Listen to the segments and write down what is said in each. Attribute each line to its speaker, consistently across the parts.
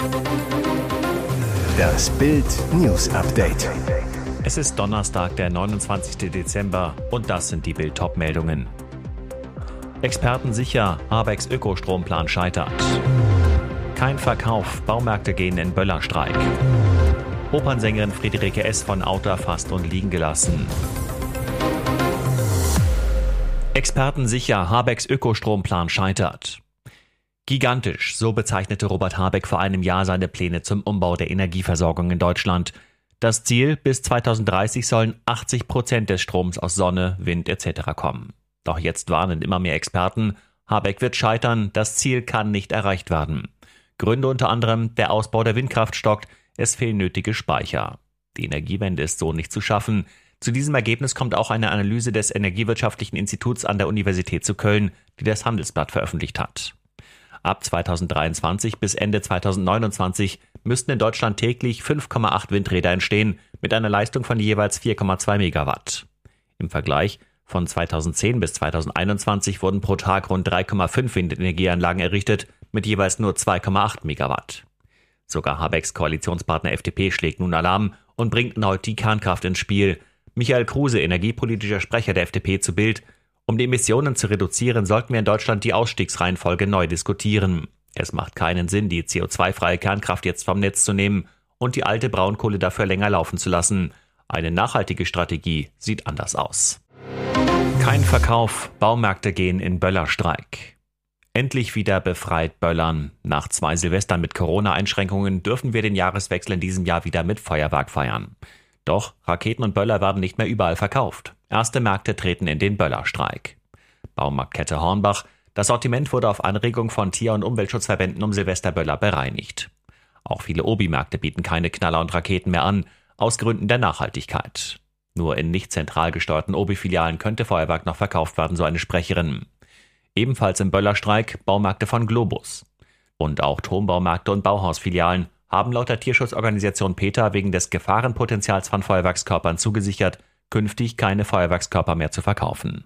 Speaker 1: Das Bild News Update.
Speaker 2: Es ist Donnerstag, der 29. Dezember und das sind die Bild-Top-Meldungen. Experten sicher, Habecks Ökostromplan scheitert. Kein Verkauf, Baumärkte gehen in Böllerstreik. Opernsängerin Friederike S. von Auto erfasst und liegen gelassen. Experten sicher, Habecks Ökostromplan scheitert. Gigantisch, so bezeichnete Robert Habeck vor einem Jahr seine Pläne zum Umbau der Energieversorgung in Deutschland. Das Ziel, bis 2030 sollen 80% des Stroms aus Sonne, Wind etc. kommen. Doch jetzt warnen immer mehr Experten, Habeck wird scheitern, das Ziel kann nicht erreicht werden. Gründe unter anderem, der Ausbau der Windkraft stockt, es fehlen nötige Speicher. Die Energiewende ist so nicht zu schaffen. Zu diesem Ergebnis kommt auch eine Analyse des Energiewirtschaftlichen Instituts an der Universität zu Köln, die das Handelsblatt veröffentlicht hat. Ab 2023 bis Ende 2029 müssten in Deutschland täglich 5,8 Windräder entstehen, mit einer Leistung von jeweils 4,2 Megawatt. Im Vergleich von 2010 bis 2021 wurden pro Tag rund 3,5 Windenergieanlagen errichtet, mit jeweils nur 2,8 Megawatt. Sogar Habecks Koalitionspartner FDP schlägt nun Alarm und bringt erneut die Kernkraft ins Spiel. Michael Kruse, energiepolitischer Sprecher der FDP, zu Bild: Um die Emissionen zu reduzieren, sollten wir in Deutschland die Ausstiegsreihenfolge neu diskutieren. Es macht keinen Sinn, die CO2-freie Kernkraft jetzt vom Netz zu nehmen und die alte Braunkohle dafür länger laufen zu lassen. Eine nachhaltige Strategie sieht anders aus. Kein Verkauf, Baumärkte gehen in Böllerstreik. Endlich wieder befreit böllern. Nach 2 Silvestern mit Corona-Einschränkungen dürfen wir den Jahreswechsel in diesem Jahr wieder mit Feuerwerk feiern. Doch Raketen und Böller werden nicht mehr überall verkauft. Erste Märkte treten in den Böllerstreik. Baumarktkette Hornbach: Das Sortiment wurde auf Anregung von Tier- und Umweltschutzverbänden um Silvesterböller bereinigt. Auch viele Obi-Märkte bieten keine Knaller und Raketen mehr an, aus Gründen der Nachhaltigkeit. Nur in nicht zentral gesteuerten Obi-Filialen könnte Feuerwerk noch verkauft werden, so eine Sprecherin. Ebenfalls im Böllerstreik Baumärkte von Globus. Und auch Turmbaumärkte und Bauhausfilialen haben laut der Tierschutzorganisation PETA wegen des Gefahrenpotenzials von Feuerwerkskörpern zugesichert, künftig keine Feuerwerkskörper mehr zu verkaufen.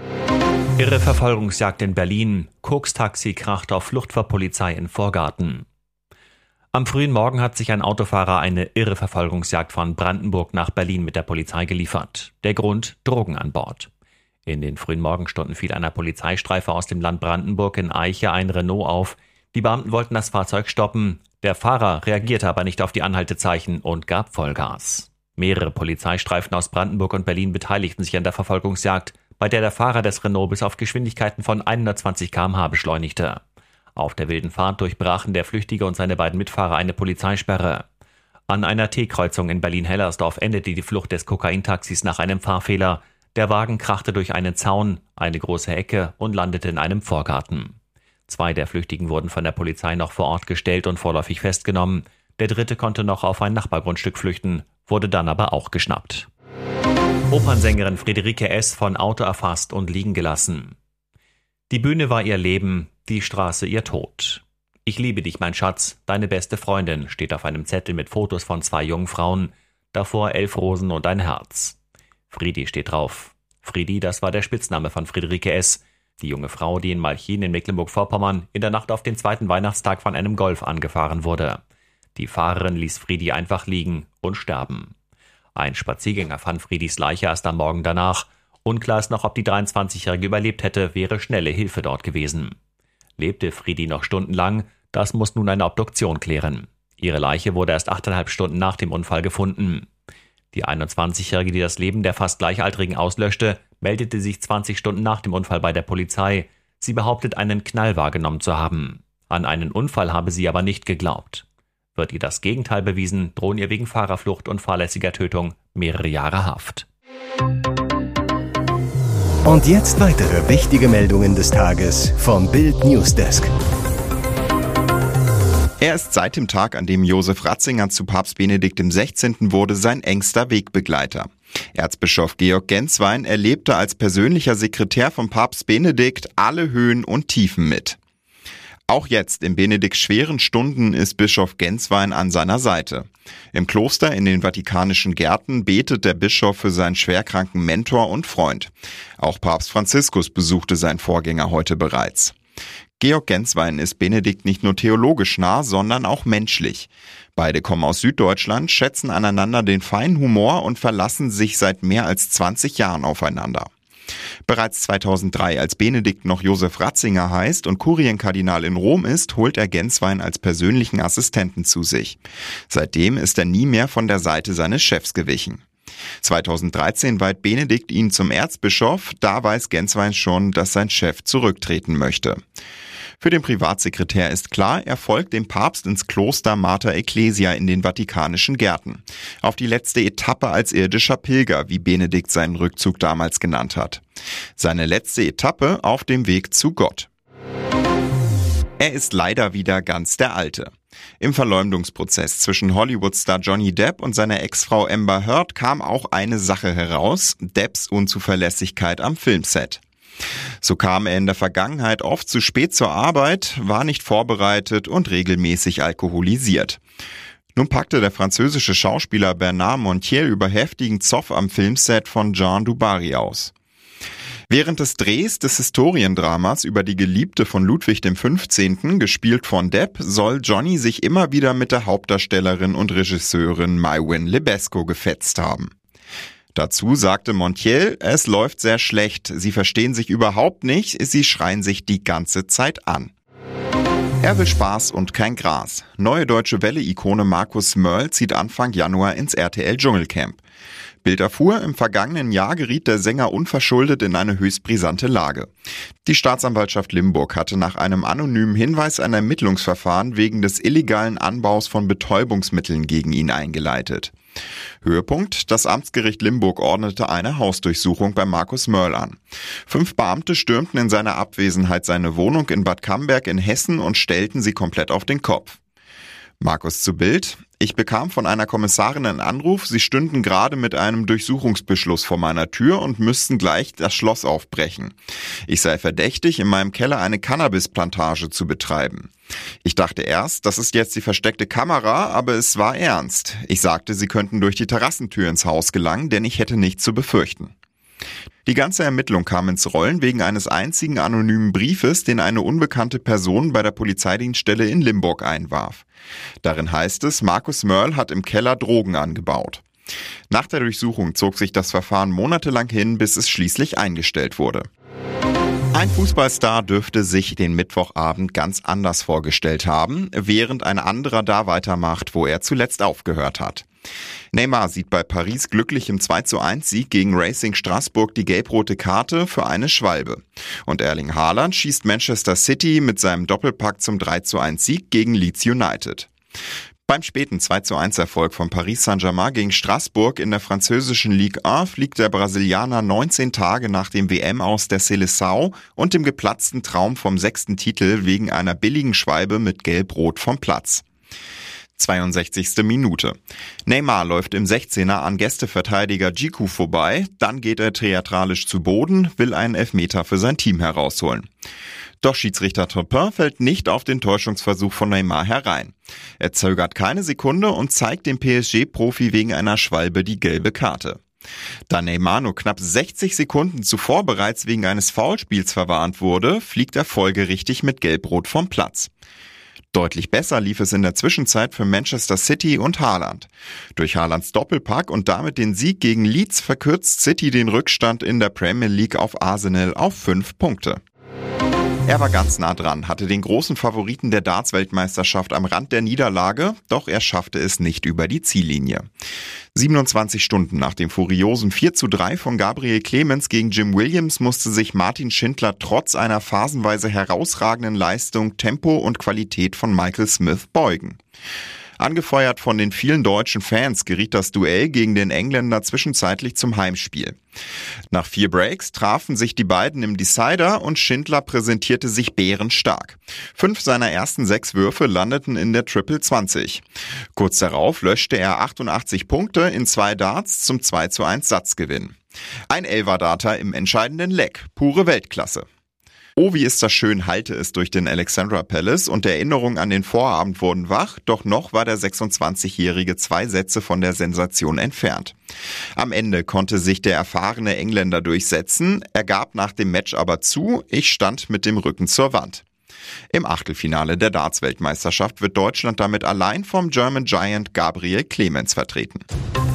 Speaker 2: Irre Verfolgungsjagd in Berlin. Kokstaxi kracht auf Flucht vor Polizei in Vorgarten. Am frühen Morgen hat sich ein Autofahrer eine irre Verfolgungsjagd von Brandenburg nach Berlin mit der Polizei geliefert. Der Grund: Drogen an Bord. In den frühen Morgenstunden fiel einer Polizeistreife aus dem Land Brandenburg in Eiche ein Renault auf. Die Beamten wollten das Fahrzeug stoppen. Der Fahrer reagierte aber nicht auf die Anhaltezeichen und gab Vollgas. Mehrere Polizeistreifen aus Brandenburg und Berlin beteiligten sich an der Verfolgungsjagd, bei der der Fahrer des Renault bis auf Geschwindigkeiten von 120 km/h beschleunigte. Auf der wilden Fahrt durchbrachen der Flüchtige und seine beiden Mitfahrer eine Polizeisperre. An einer T-Kreuzung in Berlin-Hellersdorf endete die Flucht des Kokaintaxis nach einem Fahrfehler. Der Wagen krachte durch einen Zaun, eine große Ecke und landete in einem Vorgarten. 2 der Flüchtigen wurden von der Polizei noch vor Ort gestellt und vorläufig festgenommen. Der dritte konnte noch auf ein Nachbargrundstück flüchten, wurde dann aber auch geschnappt. Opernsängerin Friederike S. von Auto erfasst und liegen gelassen. Die Bühne war ihr Leben, die Straße ihr Tod. Ich liebe dich, mein Schatz, deine beste Freundin, steht auf einem Zettel mit Fotos von 2 jungen Frauen, davor 11 Rosen und ein Herz. Friedi steht drauf. Friedi, das war der Spitzname von Friederike S., die junge Frau, die in Malchin in Mecklenburg-Vorpommern in der Nacht auf den 2. Weihnachtstag von einem Golf angefahren wurde. Die Fahrerin ließ Friedi einfach liegen und sterben. Ein Spaziergänger fand Friedis Leiche erst am Morgen danach. Unklar ist noch, ob die 23-Jährige überlebt hätte, wäre schnelle Hilfe dort gewesen. Lebte Friedi noch stundenlang? Das muss nun eine Obduktion klären. Ihre Leiche wurde erst 8,5 Stunden nach dem Unfall gefunden. Die 21-Jährige, die das Leben der fast Gleichaltrigen auslöschte, meldete sich 20 Stunden nach dem Unfall bei der Polizei. Sie behauptet, einen Knall wahrgenommen zu haben. An einen Unfall habe sie aber nicht geglaubt. Wird ihr das Gegenteil bewiesen, drohen ihr wegen Fahrerflucht und fahrlässiger Tötung mehrere Jahre Haft.
Speaker 1: Und jetzt weitere wichtige Meldungen des Tages vom Bild Newsdesk.
Speaker 3: Er ist seit dem Tag, an dem Josef Ratzinger zu Papst Benedikt XVI. Wurde, sein engster Wegbegleiter. Erzbischof Georg Genswein erlebte als persönlicher Sekretär von Papst Benedikt alle Höhen und Tiefen mit. Auch jetzt in Benedikts schweren Stunden ist Bischof Genswein an seiner Seite. Im Kloster in den Vatikanischen Gärten betet der Bischof für seinen schwerkranken Mentor und Freund. Auch Papst Franziskus besuchte seinen Vorgänger heute bereits. Georg Genswein ist Benedikt nicht nur theologisch nah, sondern auch menschlich. Beide kommen aus Süddeutschland, schätzen aneinander den feinen Humor und verlassen sich seit mehr als 20 Jahren aufeinander. Bereits 2003, als Benedikt noch Josef Ratzinger heißt und Kurienkardinal in Rom ist, holt er Genswein als persönlichen Assistenten zu sich. Seitdem ist er nie mehr von der Seite seines Chefs gewichen. 2013 weiht Benedikt ihn zum Erzbischof, da weiß Genswein schon, dass sein Chef zurücktreten möchte. Für den Privatsekretär ist klar, er folgt dem Papst ins Kloster Mater Ecclesia in den Vatikanischen Gärten. Auf die letzte Etappe als irdischer Pilger, wie Benedikt seinen Rückzug damals genannt hat. Seine letzte Etappe auf dem Weg zu Gott. Er ist leider wieder ganz der Alte. Im Verleumdungsprozess zwischen Hollywood-Star Johnny Depp und seiner Ex-Frau Amber Heard kam auch eine Sache heraus: Depps Unzuverlässigkeit am Filmset. So kam er in der Vergangenheit oft zu spät zur Arbeit, war nicht vorbereitet und regelmäßig alkoholisiert. Nun packte der französische Schauspieler Bernard Montiel über heftigen Zoff am Filmset von Jean du Barry aus. Während des Drehs des Historiendramas über die Geliebte von Ludwig XV., gespielt von Depp, soll Johnny sich immer wieder mit der Hauptdarstellerin und Regisseurin Maïwenn Lebesco gefetzt haben. Dazu sagte Montiel, es läuft sehr schlecht, sie verstehen sich überhaupt nicht, sie schreien sich die ganze Zeit an. Er will Spaß und kein Gras. Neue Deutsche Welle-Ikone Markus Mörl zieht Anfang Januar ins RTL-Dschungelcamp. Bild erfuhr, im vergangenen Jahr geriet der Sänger unverschuldet in eine höchst brisante Lage. Die Staatsanwaltschaft Limburg hatte nach einem anonymen Hinweis ein Ermittlungsverfahren wegen des illegalen Anbaus von Betäubungsmitteln gegen ihn eingeleitet. Höhepunkt: Das Amtsgericht Limburg ordnete eine Hausdurchsuchung bei Markus Mörl an. 5 Beamte stürmten in seiner Abwesenheit seine Wohnung in Bad Camberg in Hessen und stellten sie komplett auf den Kopf. Markus zu Bild: Ich bekam von einer Kommissarin einen Anruf, sie stünden gerade mit einem Durchsuchungsbeschluss vor meiner Tür und müssten gleich das Schloss aufbrechen. Ich sei verdächtig, in meinem Keller eine Cannabisplantage zu betreiben. Ich dachte erst, das ist jetzt die versteckte Kamera, aber es war ernst. Ich sagte, sie könnten durch die Terrassentür ins Haus gelangen, denn ich hätte nichts zu befürchten. Die ganze Ermittlung kam ins Rollen wegen eines einzigen anonymen Briefes, den eine unbekannte Person bei der Polizeidienststelle in Limburg einwarf. Darin heißt es, Markus Mörl hat im Keller Drogen angebaut. Nach der Durchsuchung zog sich das Verfahren monatelang hin, bis es schließlich eingestellt wurde. Ein Fußballstar dürfte sich den Mittwochabend ganz anders vorgestellt haben, während ein anderer da weitermacht, wo er zuletzt aufgehört hat. Neymar sieht bei Paris glücklich im 2:1-Sieg gegen Racing Straßburg die gelb-rote Karte für eine Schwalbe. Und Erling Haaland schießt Manchester City mit seinem Doppelpack zum 3:1-Sieg gegen Leeds United. Beim späten 2:1-Erfolg von Paris Saint-Germain gegen Straßburg in der französischen Ligue 1 fliegt der Brasilianer 19 Tage nach dem WM-Aus der Seleção und dem geplatzten Traum vom 6. Titel wegen einer billigen Schwalbe mit Gelb-Rot vom Platz. 62. Minute. Neymar läuft im 16er an Gästeverteidiger Djiku vorbei, dann geht er theatralisch zu Boden, will einen Elfmeter für sein Team herausholen. Doch Schiedsrichter Turpin fällt nicht auf den Täuschungsversuch von Neymar herein. Er zögert keine Sekunde und zeigt dem PSG-Profi wegen einer Schwalbe die gelbe Karte. Da Neymar nur knapp 60 Sekunden zuvor bereits wegen eines Foulspiels verwarnt wurde, fliegt er folgerichtig mit Gelb-Rot vom Platz. Deutlich besser lief es in der Zwischenzeit für Manchester City und Haaland. Durch Haalands Doppelpack und damit den Sieg gegen Leeds verkürzt City den Rückstand in der Premier League auf Arsenal auf 5 Punkte. Er war ganz nah dran, hatte den großen Favoriten der Darts-Weltmeisterschaft am Rand der Niederlage, doch er schaffte es nicht über die Ziellinie. 27 Stunden nach dem furiosen 4:3 von Gabriel Clemens gegen Jim Williams musste sich Martin Schindler trotz einer phasenweise herausragenden Leistung, Tempo und Qualität von Michael Smith beugen. Angefeuert von den vielen deutschen Fans geriet das Duell gegen den Engländer zwischenzeitlich zum Heimspiel. Nach 4 Breaks trafen sich die beiden im Decider und Schindler präsentierte sich bärenstark. 5 seiner ersten 6 Würfe landeten in der Triple 20. Kurz darauf löschte er 88 Punkte in 2 Darts zum 2:1 Satzgewinn. Ein Elfer-Darter im entscheidenden Leck, pure Weltklasse. Oh, wie ist das schön, hallte es durch den Alexandra Palace und Erinnerungen an den Vorabend wurden wach, doch noch war der 26-Jährige 2 Sätze von der Sensation entfernt. Am Ende konnte sich der erfahrene Engländer durchsetzen, er gab nach dem Match aber zu, ich stand mit dem Rücken zur Wand. Im Achtelfinale der Darts-Weltmeisterschaft wird Deutschland damit allein vom German Giant Gabriel Clemens vertreten.